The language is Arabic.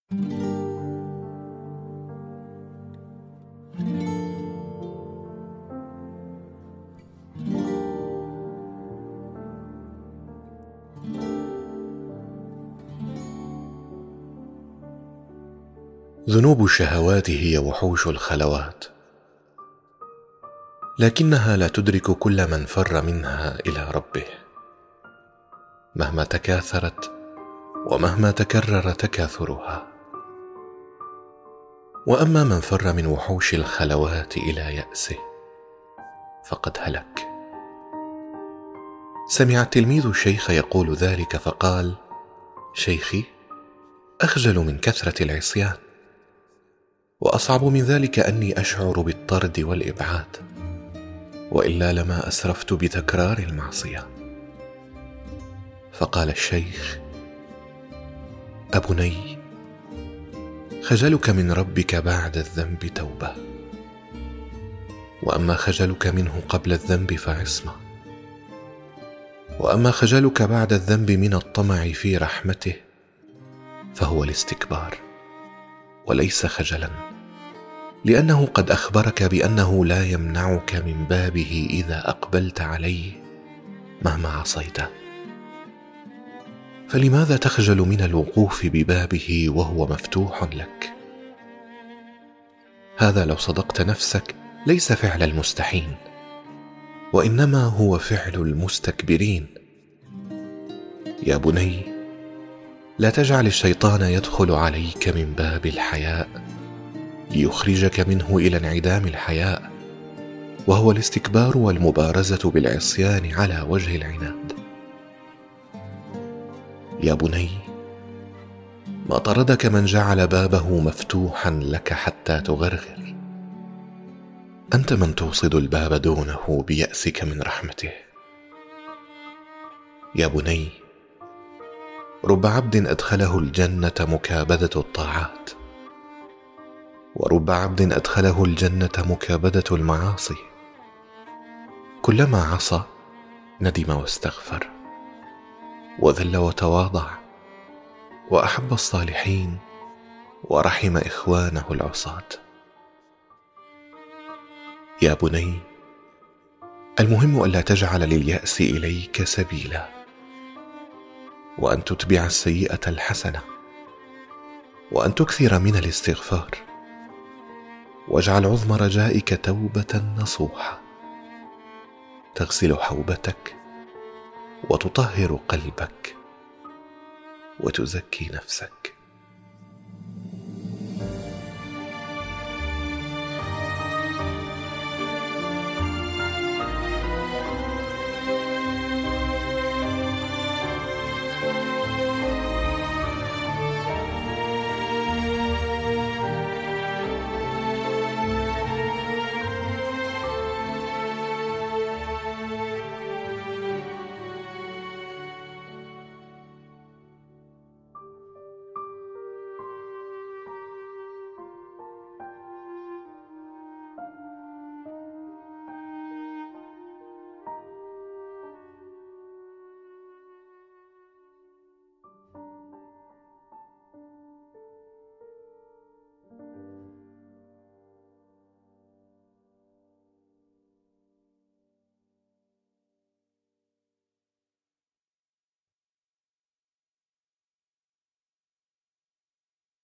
ذنوب الشهوات هي وحوش الخلوات، لكنها لا تدرك كل من فر منها إلى ربه، مهما تكاثرت ومهما تكرر تكاثرها. وأما من فر من وحوش الخلوات إلى يأسه فقد هلك. سمع التلميذ الشيخ يقول ذلك فقال: شيخي، أخجل من كثرة العصيان، وأصعب من ذلك أني أشعر بالطرد والإبعاد، وإلا لما أسرفت بتكرار المعصية. فقال الشيخ: أبني، خجلك من ربك بعد الذنب توبة، وأما خجلك منه قبل الذنب فعصمة، وأما خجلك بعد الذنب من الطمع في رحمته فهو الاستكبار وليس خجلا، لأنه قد أخبرك بأنه لا يمنعك من بابه إذا أقبلت عليه مهما عصيته، فلماذا تخجل من الوقوف ببابه وهو مفتوح لك؟ هذا لو صدقت نفسك ليس فعل المستحين، وإنما هو فعل المستكبرين. يا بني، لا تجعل الشيطان يدخل عليك من باب الحياء ليخرجك منه إلى انعدام الحياء، وهو الاستكبار والمبارزة بالعصيان على وجه العناد. يا بني، ما طردك من جعل بابه مفتوحا لك حتى تغرغر، أنت من توصد الباب دونه بيأسك من رحمته. يا بني، رب عبد أدخله الجنة مكابدة الطاعات، ورب عبد أدخله الجنة مكابدة المعاصي، كلما عصى ندم واستغفر، وذل وتواضع، وأحب الصالحين، ورحم إخوانه العصاة. يا بني، المهم ألا تجعل لليأس إليك سبيلا، وأن تتبع السيئة الحسنة، وأن تكثر من الاستغفار، واجعل عظم رجائك توبة نصوحة تغسل حوبتك وتطهر قلبك وتزكي نفسك.